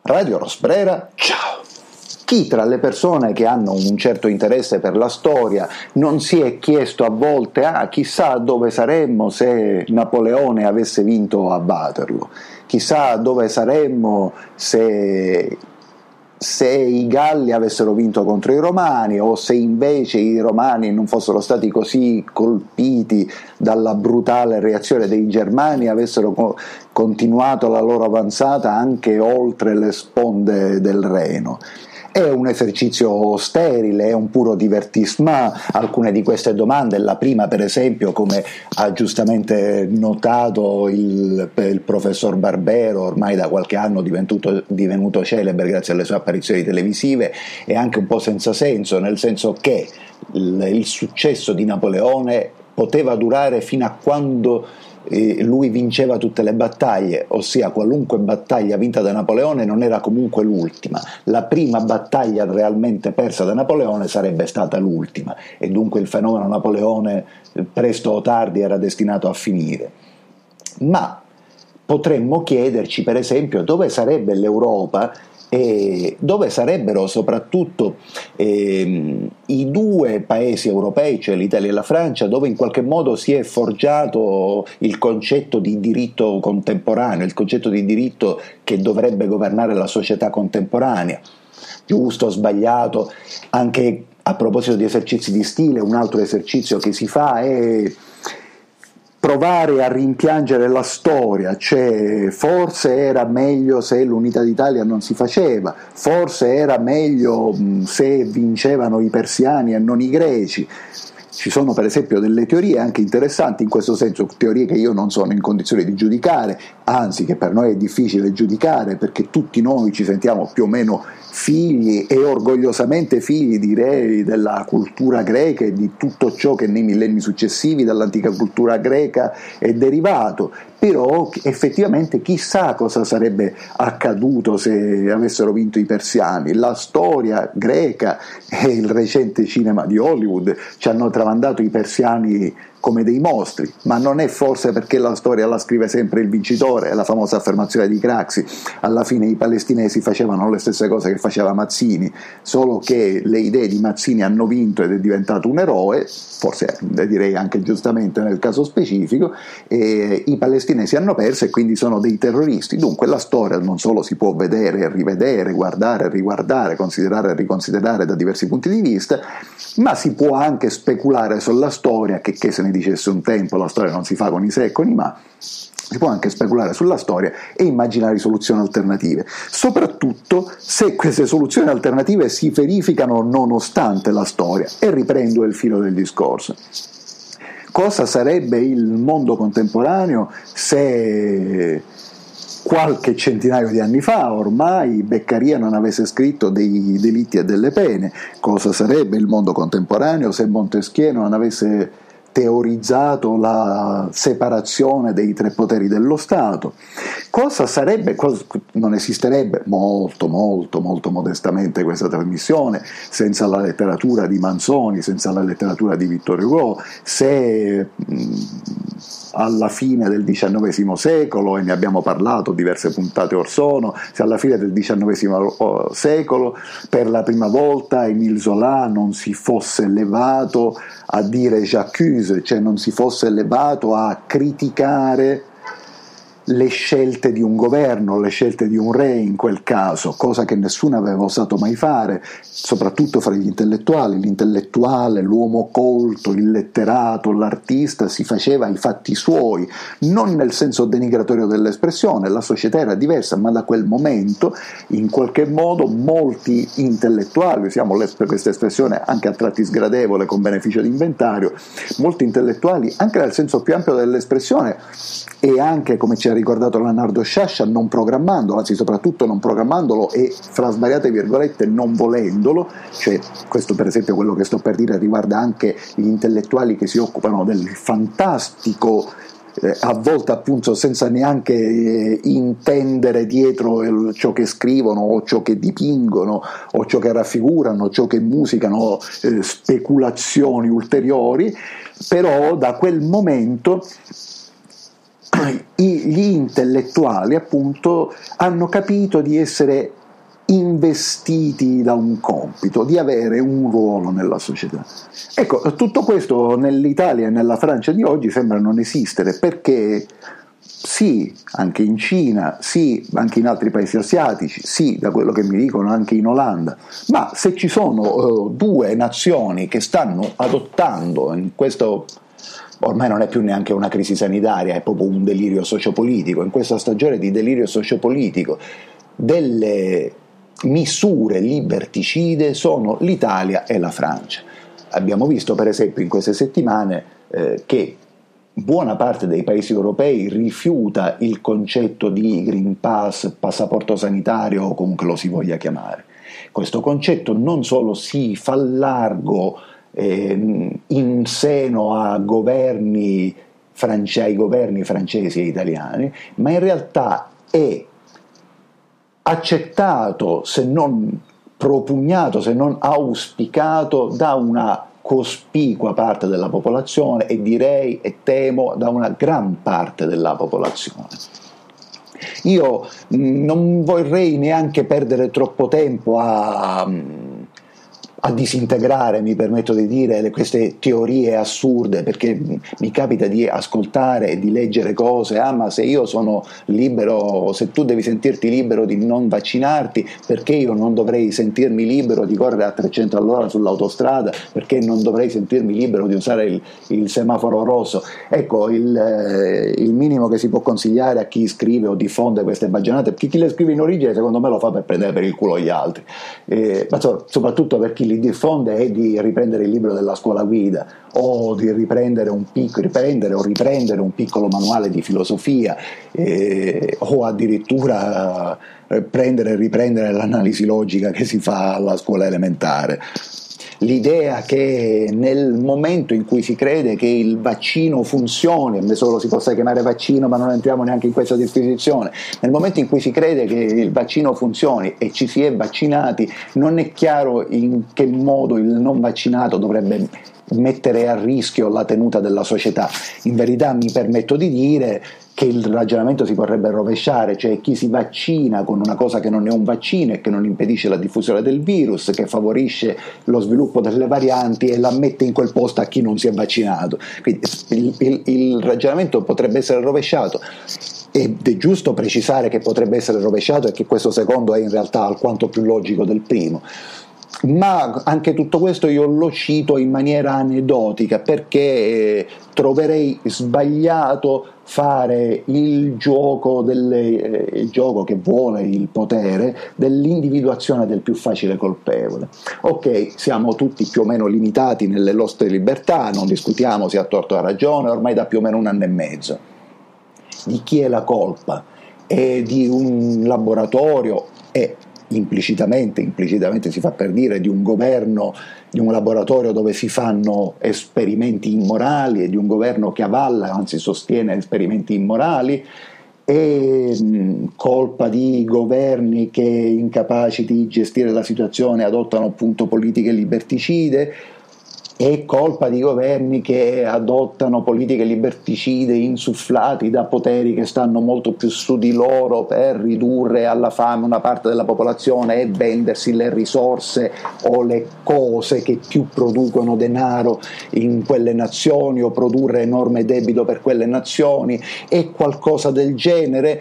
Radio Rosbrera, ciao! Chi tra le persone che hanno un certo interesse per la storia non si è chiesto a volte chissà dove saremmo se Napoleone avesse vinto a Waterloo, chissà dove saremmo se i Galli avessero vinto contro i Romani, o se invece i Romani non fossero stati così colpiti dalla brutale reazione dei Germani e avessero continuato la loro avanzata anche oltre le sponde del Reno. È un esercizio sterile, è un puro divertissement. Alcune di queste domande, la prima per esempio, come ha giustamente notato il professor Barbero, ormai da qualche anno divenuto celebre grazie alle sue apparizioni televisive, è anche un po' senza senso, nel senso che il successo di Napoleone poteva durare fino a quando lui vinceva tutte le battaglie, ossia qualunque battaglia vinta da Napoleone non era comunque l'ultima. La prima battaglia realmente persa da Napoleone sarebbe stata l'ultima, e dunque il fenomeno Napoleone presto o tardi era destinato a finire. Ma potremmo chiederci, per esempio, dove sarebbe l'Europa e dove sarebbero soprattutto i due paesi europei, cioè l'Italia e la Francia, dove in qualche modo si è forgiato il concetto di diritto contemporaneo, il concetto di diritto che dovrebbe governare la società contemporanea. Giusto o sbagliato, anche a proposito di esercizi di stile, un altro esercizio che si fa è provare a rimpiangere la storia, cioè forse era meglio se l'unità d'Italia non si faceva, forse era meglio se vincevano i persiani e non i greci. Ci sono per esempio delle teorie anche interessanti in questo senso, teorie che io non sono in condizione di giudicare, anzi che per noi è difficile giudicare, perché tutti noi ci sentiamo più o meno figli, e orgogliosamente figli, direi, della cultura greca e di tutto ciò che nei millenni successivi dall'antica cultura greca è derivato. Però effettivamente chissà cosa sarebbe accaduto se avessero vinto i persiani. La storia greca e il recente cinema di Hollywood ci hanno tramandato i persiani come dei mostri, ma non è forse perché la storia la scrive sempre il vincitore? È la famosa affermazione di Craxi: alla fine i palestinesi facevano le stesse cose che faceva Mazzini, solo che le idee di Mazzini hanno vinto ed è diventato un eroe, forse direi anche giustamente nel caso specifico, e i palestinesi hanno perso e quindi sono dei terroristi. Dunque la storia non solo si può vedere e rivedere, guardare e riguardare, considerare e riconsiderare da diversi punti di vista, ma si può anche speculare sulla storia, che se ne dicesse un tempo, la storia non si fa con i se e con i ma. Si può anche speculare sulla storia e immaginare soluzioni alternative, soprattutto se queste soluzioni alternative si verificano nonostante la storia. E riprendo il filo del discorso. Cosa sarebbe il mondo contemporaneo se qualche centinaio di anni fa ormai Beccaria non avesse scritto dei delitti e delle pene? Cosa sarebbe il mondo contemporaneo se Montesquieu non avesse teorizzato la separazione dei tre poteri dello Stato? Cosa sarebbe, non esisterebbe, molto modestamente, questa trasmissione senza la letteratura di Manzoni, senza la letteratura di Victor Hugo, se alla fine del XIX secolo, e ne abbiamo parlato diverse puntate or sono, se alla fine del XIX secolo per la prima volta Émile Zola non si fosse levato a dire j'accuse, cioè non si fosse levato a criticare le scelte di un governo, le scelte di un re in quel caso, cosa che nessuno aveva osato mai fare, soprattutto fra gli intellettuali. L'intellettuale, l'uomo colto, il letterato, l'artista si faceva i fatti suoi, non nel senso denigratorio dell'espressione, la società era diversa, ma da quel momento in qualche modo molti intellettuali, usiamo questa espressione anche a tratti sgradevole con beneficio di inventario, molti intellettuali anche nel senso più ampio dell'espressione, e anche, come ci ha ricordato Leonardo Sciascia, non programmandolo, anzi soprattutto non programmandolo e fra svariate virgolette non volendolo, cioè questo per esempio, quello che sto per dire, riguarda anche gli intellettuali che si occupano del fantastico, a volte appunto senza neanche intendere dietro ciò che scrivono o ciò che dipingono o ciò che raffigurano, ciò che musicano, speculazioni ulteriori. Però da quel momento gli intellettuali appunto hanno capito di essere investiti da un compito, di avere un ruolo nella società. Ecco, tutto questo nell'Italia e nella Francia di oggi sembra non esistere, perché sì, anche in Cina, sì, anche in altri paesi asiatici, sì, da quello che mi dicono anche in Olanda, ma se ci sono due nazioni che stanno adottando in questo, ormai non è più neanche una crisi sanitaria, è proprio un delirio sociopolitico, in questa stagione di delirio sociopolitico, delle misure liberticide, sono l'Italia e la Francia. Abbiamo visto per esempio in queste settimane che buona parte dei paesi europei rifiuta il concetto di Green Pass, passaporto sanitario o comunque lo si voglia chiamare. Questo concetto non solo si fa largo in seno ai governi francesi e italiani, ma in realtà è accettato, se non propugnato, se non auspicato da una cospicua parte della popolazione e direi e temo da una gran parte della popolazione. Io non vorrei neanche perdere troppo tempo a disintegrare, mi permetto di dire, queste teorie assurde, perché mi capita di ascoltare e di leggere cose, ma se io sono libero, se tu devi sentirti libero di non vaccinarti, perché io non dovrei sentirmi libero di correre a 300 all'ora sull'autostrada, perché non dovrei sentirmi libero di usare il semaforo rosso. Ecco, il minimo che si può consigliare a chi scrive o diffonde queste baggianate, perché chi le scrive in origine secondo me lo fa per prendere per il culo gli altri, ma soprattutto per chi li diffonde, è di riprendere il libro della scuola guida o di riprendere un piccolo manuale di filosofia o addirittura prendere e riprendere l'analisi logica che si fa alla scuola elementare. L'idea che nel momento in cui si crede che il vaccino funzioni, adesso lo si possa chiamare vaccino ma non entriamo neanche in questa definizione, nel momento in cui si crede che il vaccino funzioni e ci si è vaccinati, non è chiaro in che modo il non vaccinato dovrebbe mettere a rischio la tenuta della società. In verità mi permetto di dire che il ragionamento si potrebbe rovesciare, cioè chi si vaccina con una cosa che non è un vaccino e che non impedisce la diffusione del virus, che favorisce lo sviluppo delle varianti, e la mette in quel posto a chi non si è vaccinato. Quindi il ragionamento potrebbe essere rovesciato. Ed è giusto precisare che potrebbe essere rovesciato e che questo secondo è in realtà alquanto più logico del primo. Ma anche tutto questo io lo cito in maniera aneddotica, perché troverei sbagliato fare il gioco che vuole il potere dell'individuazione del più facile colpevole. Ok, siamo tutti più o meno limitati nelle nostre libertà, non discutiamo se ha torto o ha ragione, ormai da più o meno 1 anno e mezzo. Di chi è la colpa? È di un laboratorio e implicitamente si fa per dire di un governo, di un laboratorio dove si fanno esperimenti immorali, e di un governo che avalla, anzi sostiene esperimenti immorali? È colpa di governi che, incapaci di gestire la situazione, adottano appunto politiche liberticide? È colpa di governi che adottano politiche liberticide insufflati da poteri che stanno molto più su di loro per ridurre alla fame una parte della popolazione e vendersi le risorse o le cose che più producono denaro in quelle nazioni, o produrre enorme debito per quelle nazioni? È qualcosa del genere?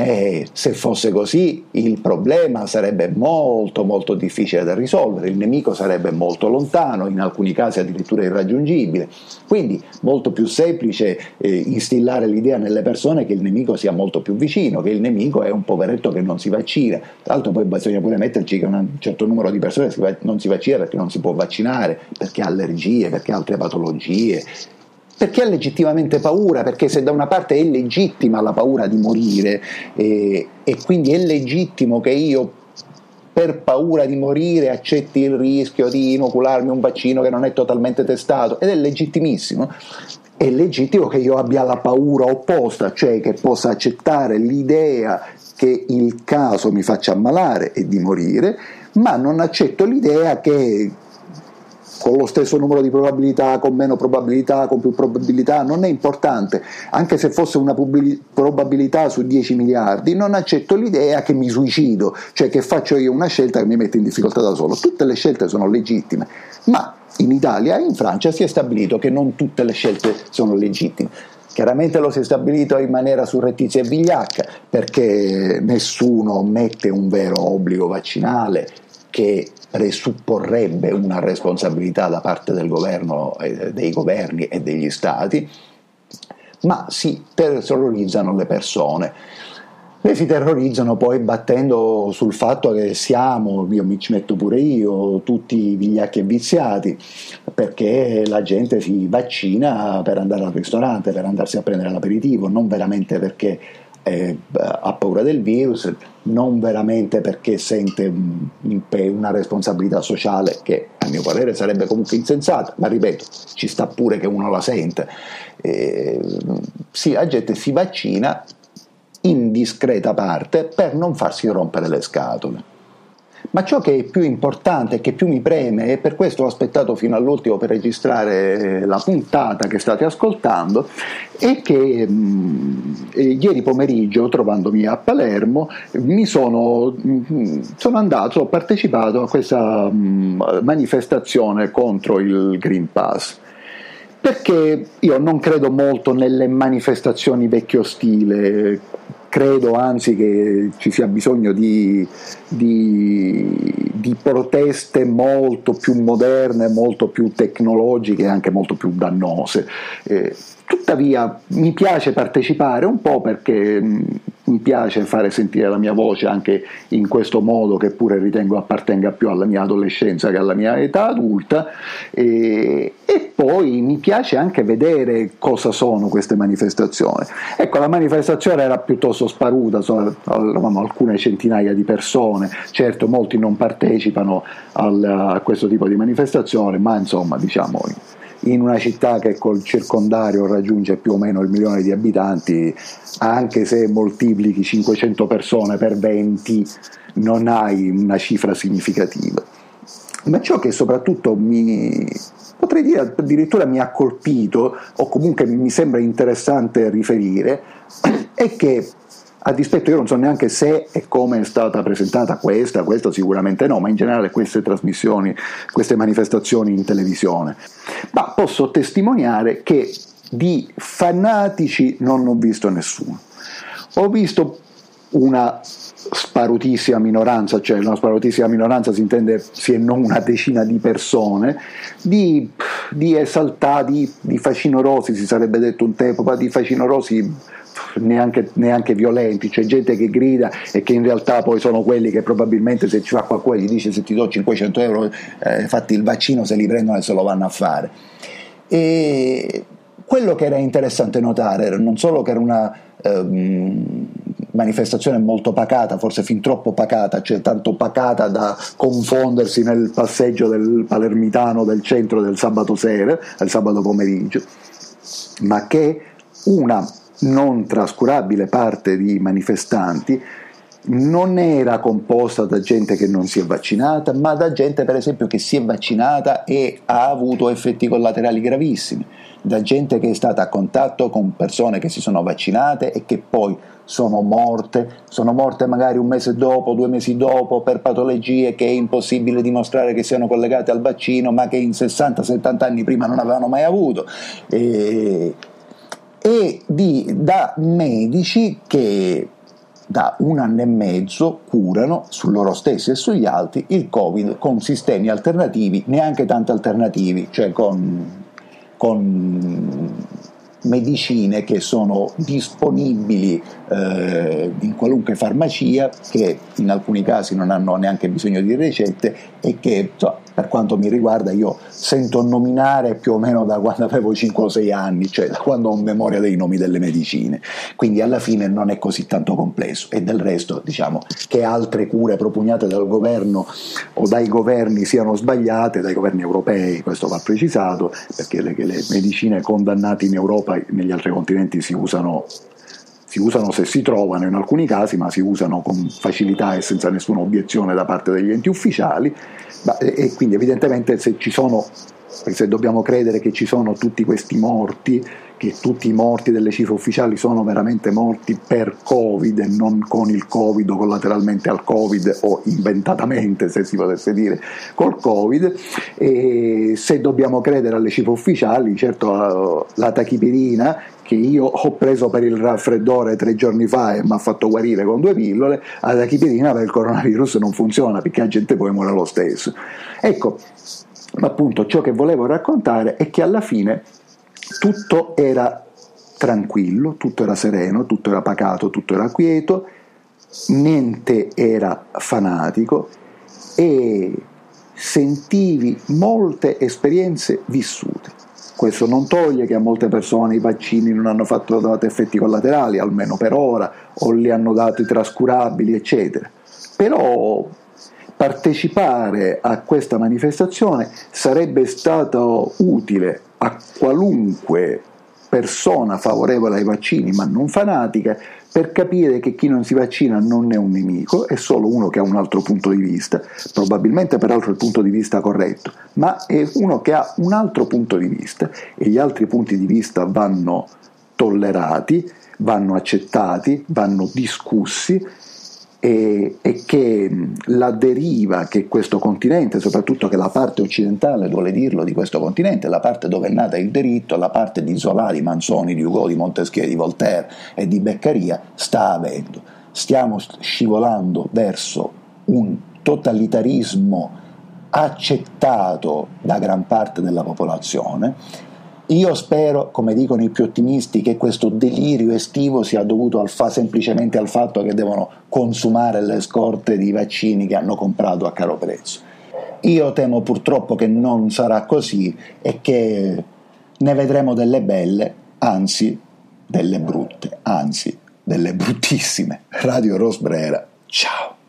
Se fosse così, il problema sarebbe molto molto difficile da risolvere, il nemico sarebbe molto lontano, in alcuni casi addirittura irraggiungibile. Quindi molto più semplice instillare l'idea nelle persone che il nemico sia molto più vicino, che il nemico è un poveretto che non si vaccina. Tra l'altro poi bisogna pure metterci che un certo numero di persone non si vaccina perché non si può vaccinare, perché ha allergie, perché ha altre patologie, perché ha legittimamente paura, perché se da una parte è legittima la paura di morire e quindi è legittimo che io per paura di morire accetti il rischio di inocularmi un vaccino che non è totalmente testato, ed è legittimissimo. È legittimo che io abbia la paura opposta, cioè che possa accettare l'idea che il caso mi faccia ammalare e di morire, ma non accetto l'idea che con lo stesso numero di probabilità, con meno probabilità, con più probabilità, non è importante, anche se fosse una probabilità su 10 miliardi, non accetto l'idea che mi suicido, cioè che faccio io una scelta che mi mette in difficoltà da solo. Tutte le scelte sono legittime, ma in Italia e in Francia si è stabilito che non tutte le scelte sono legittime. Chiaramente lo si è stabilito in maniera surrettizia e vigliacca, perché nessuno mette un vero obbligo vaccinale che presupporrebbe una responsabilità da parte del governo, dei governi e degli stati, ma si terrorizzano le persone. E si terrorizzano poi battendo sul fatto che siamo, io mi ci metto pure io, tutti vigliacchi e viziati, perché la gente si vaccina per andare al ristorante, per andarsi a prendere l'aperitivo, non veramente perché ha paura del virus, non veramente perché sente una responsabilità sociale che a mio parere sarebbe comunque insensata, ma ripeto, ci sta pure che uno la sente. La gente si vaccina in discreta parte per non farsi rompere le scatole. Ma ciò che è più importante e che più mi preme, e per questo ho aspettato fino all'ultimo per registrare la puntata che state ascoltando, è che ieri pomeriggio, trovandomi a Palermo, ho partecipato a questa manifestazione contro il Green Pass. Perché io non credo molto nelle manifestazioni vecchio stile, credo anzi che ci sia bisogno di proteste molto più moderne, molto più tecnologiche e anche molto più dannose. Tuttavia mi piace partecipare un po' perché mi piace fare sentire la mia voce anche in questo modo, che pure ritengo appartenga più alla mia adolescenza che alla mia età adulta, e poi mi piace anche vedere cosa sono queste manifestazioni. Ecco, la manifestazione era piuttosto sparuta, eravamo alcune centinaia di persone, certo molti non partecipano a questo tipo di manifestazione, ma insomma, diciamo, in una città che col circondario raggiunge più o meno il 1 milione di abitanti, anche se moltiplichi 500 persone per 20 non hai una cifra significativa. Ma ciò che soprattutto potrei dire addirittura mi ha colpito, o comunque mi sembra interessante riferire, è che a dispetto, io non so neanche se e come è stata presentata questa sicuramente no, ma in generale queste trasmissioni, queste manifestazioni in televisione, ma posso testimoniare che di fanatici non ho visto nessuno. Ho visto una sparutissima minoranza, cioè una sparutissima minoranza si intende sì e non una decina di persone, di esaltati, di facinorosi, si sarebbe detto un tempo, ma di facinorosi neanche violenti, cioè gente che grida e che in realtà poi sono quelli che probabilmente, se ci fa qualcuno gli dice se ti do 500 euro fatti il vaccino, se li prendono e se lo vanno a fare. E quello che era interessante notare era non solo che era una manifestazione molto pacata, forse fin troppo pacata, cioè tanto pacata da confondersi nel passeggio del palermitano del centro del sabato sera, del sabato pomeriggio, ma che una non trascurabile parte di manifestanti non era composta da gente che non si è vaccinata, ma da gente per esempio che si è vaccinata e ha avuto effetti collaterali gravissimi, da gente che è stata a contatto con persone che si sono vaccinate e che poi sono morte magari 1 mese dopo, 2 mesi dopo, per patologie che è impossibile dimostrare che siano collegate al vaccino, ma che in 60-70 anni prima non avevano mai avuto, da medici che da 1 anno e mezzo curano su loro stessi e sugli altri il Covid con sistemi alternativi, neanche tanto alternativi, cioè con medicine che sono disponibili in qualunque farmacia, che in alcuni casi non hanno neanche bisogno di ricette e che per quanto mi riguarda io sento nominare più o meno da quando avevo 5 o 6 anni, cioè da quando ho memoria dei nomi delle medicine, quindi alla fine non è così tanto complesso. E del resto, diciamo, che altre cure propugnate dal governo o dai governi siano sbagliate, dai governi europei, questo va precisato, perché le medicine condannate in Europa e negli altri continenti si usano si usano se si trovano in alcuni casi, ma si usano con facilità e senza nessuna obiezione da parte degli enti ufficiali, e quindi evidentemente se dobbiamo credere che ci sono tutti questi morti, che tutti i morti delle cifre ufficiali sono veramente morti per Covid e non con il Covid o collateralmente al Covid o inventatamente, se si potesse dire, col Covid, e se dobbiamo credere alle cifre ufficiali, certo la tachipirina, che io ho preso per il raffreddore 3 giorni fa e mi ha fatto guarire con 2 pillole, la tachipirina per il coronavirus non funziona, perché la gente poi muore lo stesso. Ecco, ma appunto ciò che volevo raccontare è che alla fine tutto era tranquillo, tutto era sereno, tutto era pacato, tutto era quieto, niente era fanatico e sentivi molte esperienze vissute. Questo non toglie che a molte persone i vaccini non hanno dato effetti collaterali, almeno per ora, o li hanno dati trascurabili, eccetera. Però partecipare a questa manifestazione sarebbe stato utile a qualunque persona favorevole ai vaccini, ma non fanatica, per capire che chi non si vaccina non è un nemico, è solo uno che ha un altro punto di vista, probabilmente peraltro il punto di vista corretto, ma è uno che ha un altro punto di vista e gli altri punti di vista vanno tollerati, vanno accettati, vanno discussi, e che la deriva che questo continente, soprattutto che la parte occidentale, vuole dirlo, di questo continente, la parte dove è nata il diritto, la parte di Zola, di Manzoni, di Hugo, di Montesquieu, di Voltaire e di Beccaria, sta avendo. Stiamo scivolando verso un totalitarismo accettato da gran parte della popolazione. Io spero, come dicono i più ottimisti, che questo delirio estivo sia dovuto semplicemente al fatto che devono consumare le scorte di vaccini che hanno comprato a caro prezzo. Io temo purtroppo che non sarà così e che ne vedremo delle belle, anzi delle brutte, anzi delle bruttissime. Radio Rosbrera, ciao!